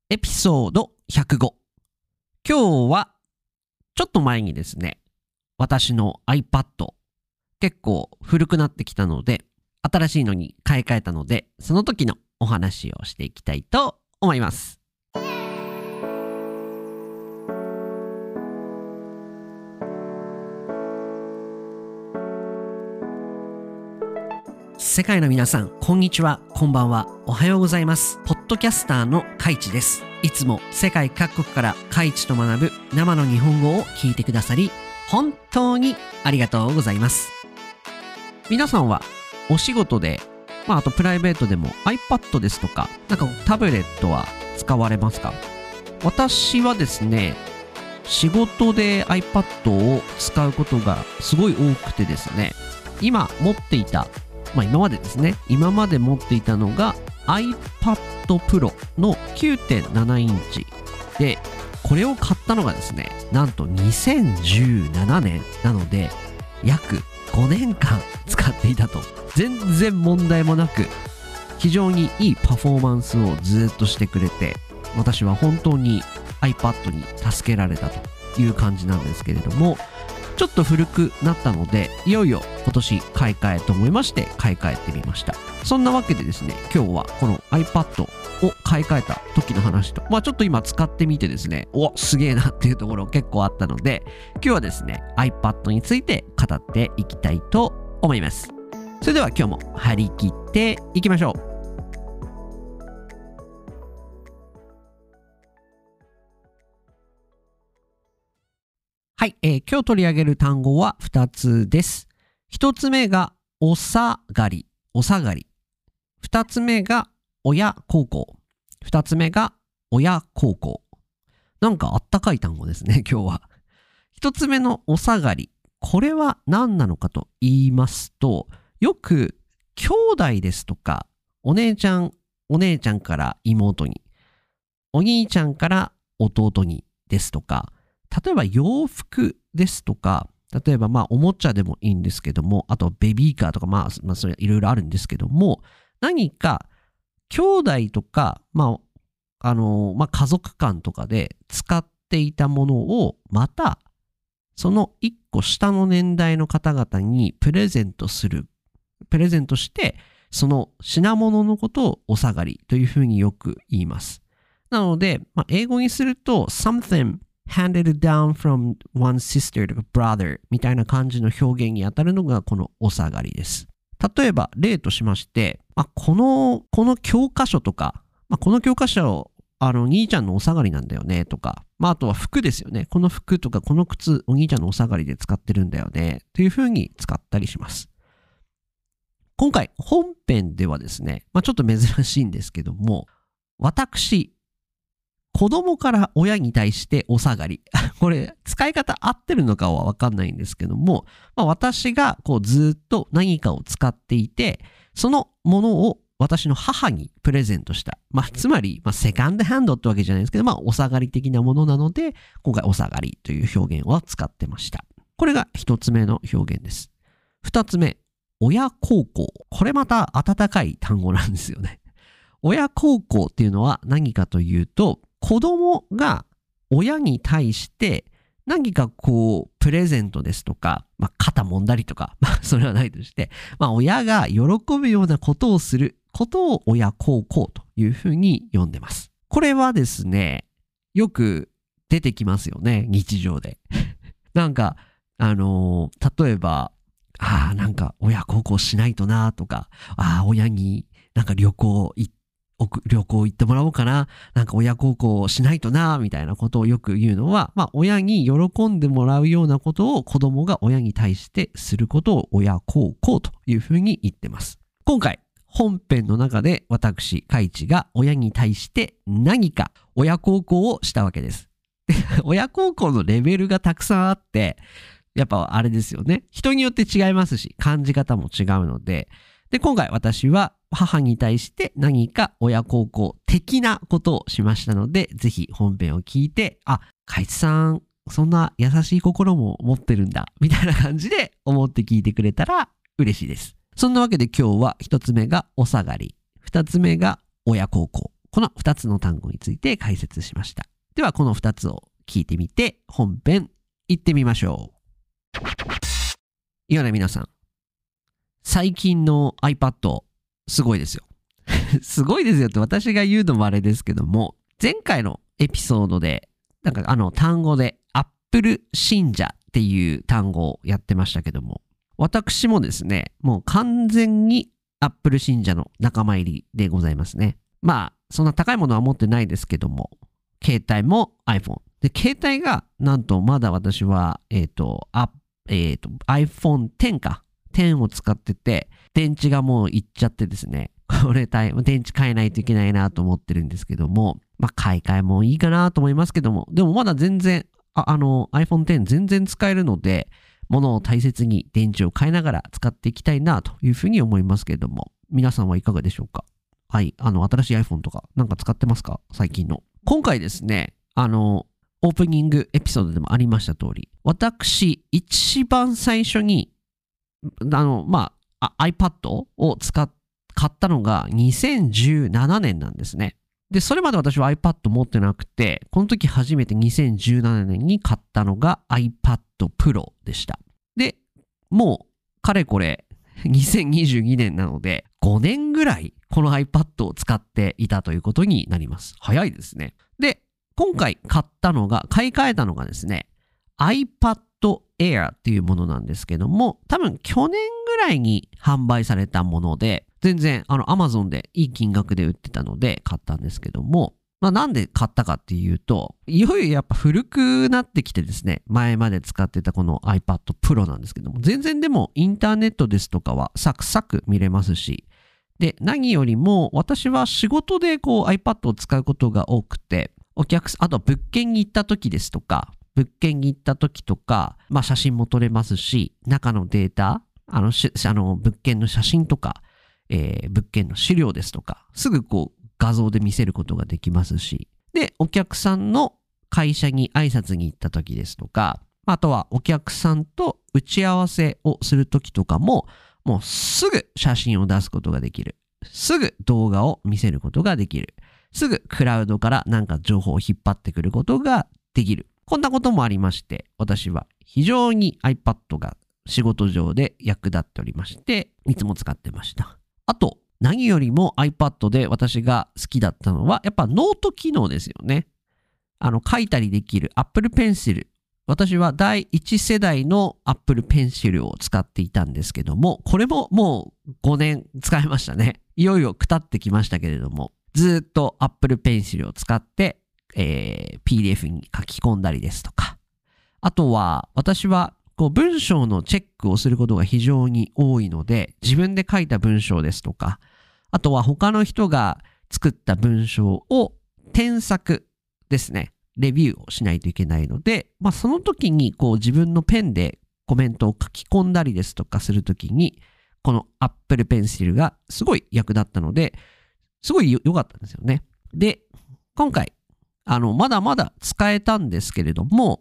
エピソード105。今日はちょっと前にですね、私の iPad 結構古くなってきたので、新しいのに買い替えたので、その時のお話をしていきたいと思います。世界の皆さん、こんにちは、こんばんは、おはようございます。ポッドキャスターのカイチです。いつも世界各国からカイチと学ぶ生の日本語を聞いてくださり、本当にありがとうございます。皆さんはお仕事で、あとプライベートでも iPad ですとか、タブレットは使われますか？私はですね、仕事で iPad を使うことがすごい多くてですね、今持っていた今までですね、今まで持っていたのが iPad Pro の 9.7 インチで、これを買ったのがですね、なんと2017年なので、約5年間使っていたと。全然問題もなく、非常にいいパフォーマンスをずっとしてくれて、私は本当に iPad に助けられたという感じなんですけれども、ちょっと古くなったので、いよいよ今年買い替えと思いまして買い替えてみました。そんなわけでですね、今日はこの iPad を買い替えた時の話と、ちょっと今使ってみてですね、すげえなっていうところ結構あったので、今日はですね、iPad について語っていきたいと思います。それでは今日も張り切っていきましょう。はい、今日取り上げる単語は2つです。1つ目がおさがり。2つ目が親孝行。2つ目が親孝行。なんかあったかい単語ですね、今日は。1つ目のおさがり。これは何なのかと言いますと、よく兄弟ですとか、お姉ちゃんから妹に、お兄ちゃんから弟にですとか、例えば洋服ですとか、例えばおもちゃでもいいんですけども、あとベビーカーとかそれいろいろあるんですけども、何か兄弟とか家族間とかで使っていたものをまたその一個下の年代の方々にプレゼントしてその品物のことをお下がりというふうによく言います。なので、英語にすると something handed down from one sister とか brother みたいな感じの表現に当たるのがこのお下がりです。例えば例としまして、この教科書とか、この教科書兄ちゃんのお下がりなんだよねとか、あとは服ですよね。この服とかこの靴お兄ちゃんのお下がりで使ってるんだよねというふうに使ったりします。今回本編ではですね、ちょっと珍しいんですけども、私子供から親に対してお下がり。これ、使い方合ってるのかはわかんないんですけども、私がずっと何かを使っていて、そのものを私の母にプレゼントした。つまり、セカンドハンドってわけじゃないですけど、お下がり的なものなので、今回お下がりという表現を使ってました。これが一つ目の表現です。二つ目、親孝行。これまた温かい単語なんですよね。親孝行っていうのは何かというと、子供が親に対して何かプレゼントですとか、肩揉んだりとか、それはないとして、親が喜ぶようなことをすることを親孝行というふうに呼んでます。これはですね、よく出てきますよね、日常で。例えば、親孝行しないとなとか、親に旅行行ってもらおうかな。親孝行しないとな、みたいなことをよく言うのは、親に喜んでもらうようなことを子供が親に対してすることを親孝行というふうに言ってます。今回、本編の中で私、カイチが親に対して何か親孝行をしたわけです。親孝行のレベルがたくさんあって、やっぱあれですよね。人によって違いますし、感じ方も違うので、今回私は母に対して何か親孝行的なことをしましたので、ぜひ本編を聞いて、カイチさん、そんな優しい心も持ってるんだ、みたいな感じで思って聞いてくれたら嬉しいです。そんなわけで今日は一つ目がお下がり、二つ目が親孝行。 この2つの単語について解説しました。ではこの2つを聞いてみて本編行ってみましょう。いやね皆さん、最近の iPad すごいですよ。すごいですよって私が言うのもあれですけども、前回のエピソードでなんか単語で Apple 信者っていう単語をやってましたけども、私もですね、もう完全に Apple 信者の仲間入りでございますね。まあそんな高いものは持ってないですけども、携帯も iPhone で、携帯がなんとまだ私はiPhone X か10を使ってて、電池がもういっちゃってですね、これ電池変えないといけないなと思ってるんですけども、まあ買い替えもいいかなと思いますけども、でもまだ全然iPhone X 全然使えるので、物を大切に電池を変えながら使っていきたいなというふうに思いますけれども、皆さんはいかがでしょうか？はい、新しい iPhone とかなんか使ってますか？最近の。今回ですね、オープニングエピソードでもありました通り、私一番最初にiPad を買ったのが2017年なんですね。で、それまで私は iPad 持ってなくて、この時初めて2017年に買ったのが iPad Pro でした。で、もうかれこれ2022年なので5年ぐらいこの iPad を使っていたということになります。早いですね。で、今回買い替えたのがですね、iPad Air っていうものなんですけども、多分去年ぐらいに販売されたもので、全然Amazon でいい金額で売ってたので買ったんですけども、まあなんで買ったかっていうと、いよいよやっぱ古くなってきてですね、前まで使ってたこの iPad Pro なんですけども、全然でもインターネットですとかはサクサク見れますし、で、何よりも私は仕事でiPad を使うことが多くて、あと物件に行った時ですとか、まあ写真も撮れますし、中のデータ、物件の写真とか、物件の資料ですとか、すぐ画像で見せることができますし、で、お客さんの会社に挨拶に行った時ですとか、あとはお客さんと打ち合わせをする時とかも、もうすぐ写真を出すことができる。すぐ動画を見せることができる。すぐクラウドからなんか情報を引っ張ってくることができる。こんなこともありまして、私は非常に iPad が仕事上で役立っておりまして、いつも使ってました。あと、何よりも iPad で私が好きだったのは、やっぱノート機能ですよね。書いたりできる Apple Pencil。私は第1世代の Apple Pencil を使っていたんですけども、これももう5年使いましたね。いよいよくたってきましたけれども、ずっと Apple Pencil を使って、PDF に書き込んだりですとか。あとは、私は文章のチェックをすることが非常に多いので、自分で書いた文章ですとか、あとは他の人が作った文章を添削ですね、レビューをしないといけないので、まあその時に自分のペンでコメントを書き込んだりですとかするときに、この Apple Pencil がすごい役立ったので、すごい良かったんですよね。で、今回、まだまだ使えたんですけれども、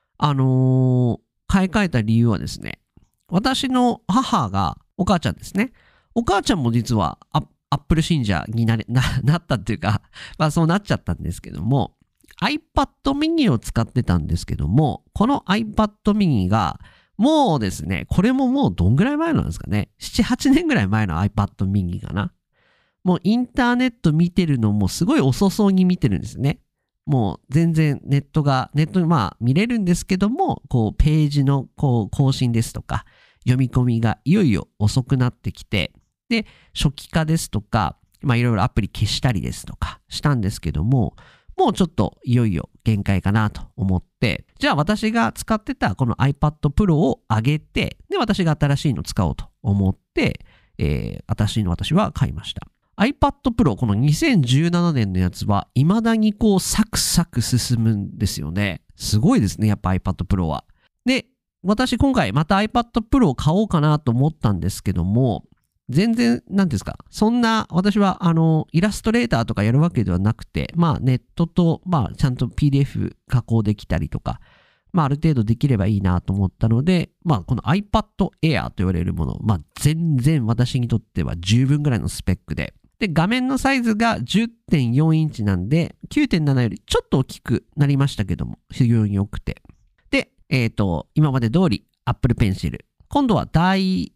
買い替えた理由はですね、私の母が、お母ちゃんですね。お母ちゃんも実はアップル信者になったっていうか、まあそうなっちゃったんですけども、iPad mini を使ってたんですけども、この iPad mini が、もうですね、これももうどんぐらい前なんですかね。7、8年ぐらい前の iPad mini かな。もうインターネット見てるのもすごい遅そうに見てるんですね。もう全然ネットまあ見れるんですけども、ページの更新ですとか、読み込みがいよいよ遅くなってきて、で、初期化ですとか、まあいろいろアプリ消したりですとかしたんですけども、もうちょっといよいよ限界かなと思って、じゃあ私が使ってたこの iPad Pro を上げて、で、私が新しいの使おうと思って、私は買いました。iPad Pro この2017年のやつは未だにサクサク進むんですよね。すごいですね、やっぱ iPad Pro は。で、私今回また iPad Pro を買おうかなと思ったんですけども、全然、なんですか、そんな、私はイラストレーターとかやるわけではなくて、まあネットと、まあちゃんと PDF 加工できたりとか、まあある程度できればいいなと思ったので、まあこの iPad Air と言われるもの、まあ全然私にとっては十分ぐらいのスペックで、 で、画面のサイズが 10.4 インチなんで、9.7 よりちょっと大きくなりましたけども、非常に良くて。で、今まで通り Apple Pencil。今度は第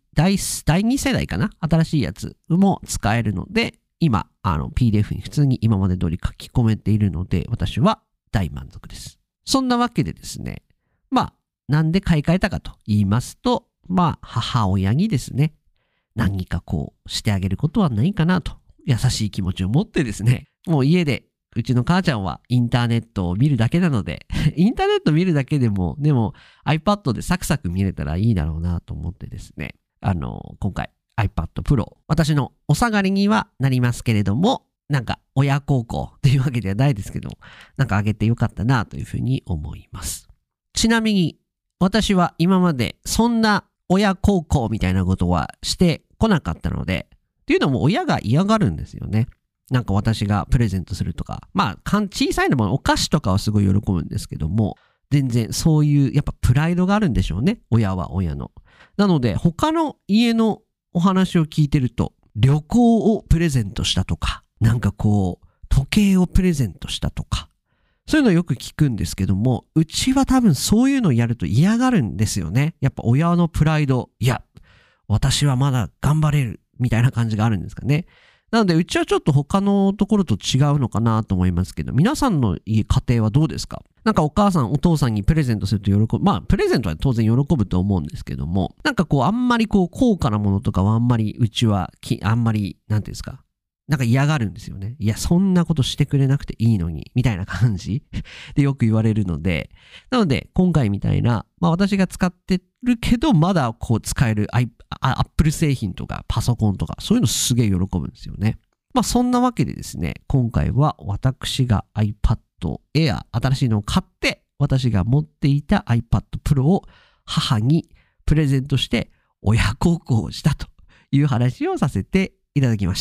2世代かな、新しいやつも使えるので、今、PDF に普通に今まで通り書き込めているので、私は大満足です。そんなわけでですね、なんで買い替えたかと言いますと、母親にですね、何かしてあげることはないかなと、優しい気持ちを持ってですね、もう家で、うちの母ちゃんはインターネットを見るだけなので、インターネット見るだけでも iPad でサクサク見れたらいいだろうなと思ってですね、今回 iPad Pro、私のお下がりにはなりますけれども、親孝行っていうわけではないですけど、あげてよかったなというふうに思います。ちなみに、私は今までそんな親孝行みたいなことはしてこなかったので、っていうのも親が嫌がるんですよね。私がプレゼントするとか、小さいのもお菓子とかはすごい喜ぶんですけども、全然そういうやっぱプライドがあるんでしょうね。親は親の。なので他の家のお話を聞いてると、旅行をプレゼントしたとか、時計をプレゼントしたとか、そういうのよく聞くんですけども、うちは多分そういうのをやると嫌がるんですよね。やっぱ親のプライド、いや、私はまだ頑張れるみたいな感じがあるんですかね。なので、うちはちょっと他のところと違うのかなと思いますけど、皆さんの家庭はどうですか？お母さん、お父さんにプレゼントすると喜ぶ。プレゼントは当然喜ぶと思うんですけども、あんまり高価なものとかはあんまり、うちはあんまり、なんていうんですか、嫌がるんですよね。いや、そんなことしてくれなくていいのに、みたいな感じでよく言われるので、なので、今回みたいな、私が使ってるけど、まだ使えるApple 製品とかパソコンとか、そういうのすげえ喜ぶんですよね。そんなわけでですね、今回は私が iPad Air、新しいのを買って、私が持っていた iPad Pro を母にプレゼントして親孝行をしたという話をさせていただきました。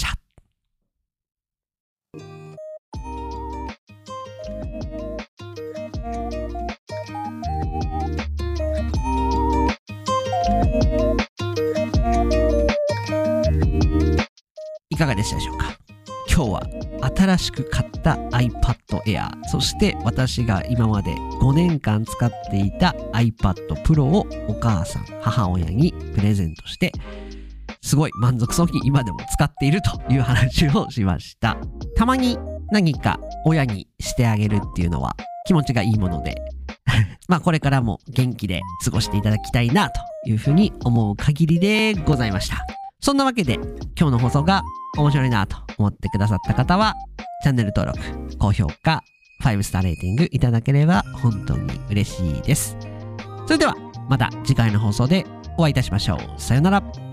いかがでしたでしょうか？今日は新しく買った iPad Air、そして私が今まで5年間使っていた iPad Pro をお母さん、母親にプレゼントして、すごい満足そうに今でも使っているという話をしました。たまに何か親にしてあげるっていうのは気持ちがいいもので、これからも元気で過ごしていただきたいなというふうに思う限りでございました。そんなわけで今日の放送が面白いなと思ってくださった方はチャンネル登録、高評価、5スターレーティングいただければ本当に嬉しいです。それではまた次回の放送でお会いいたしましょう。さよなら。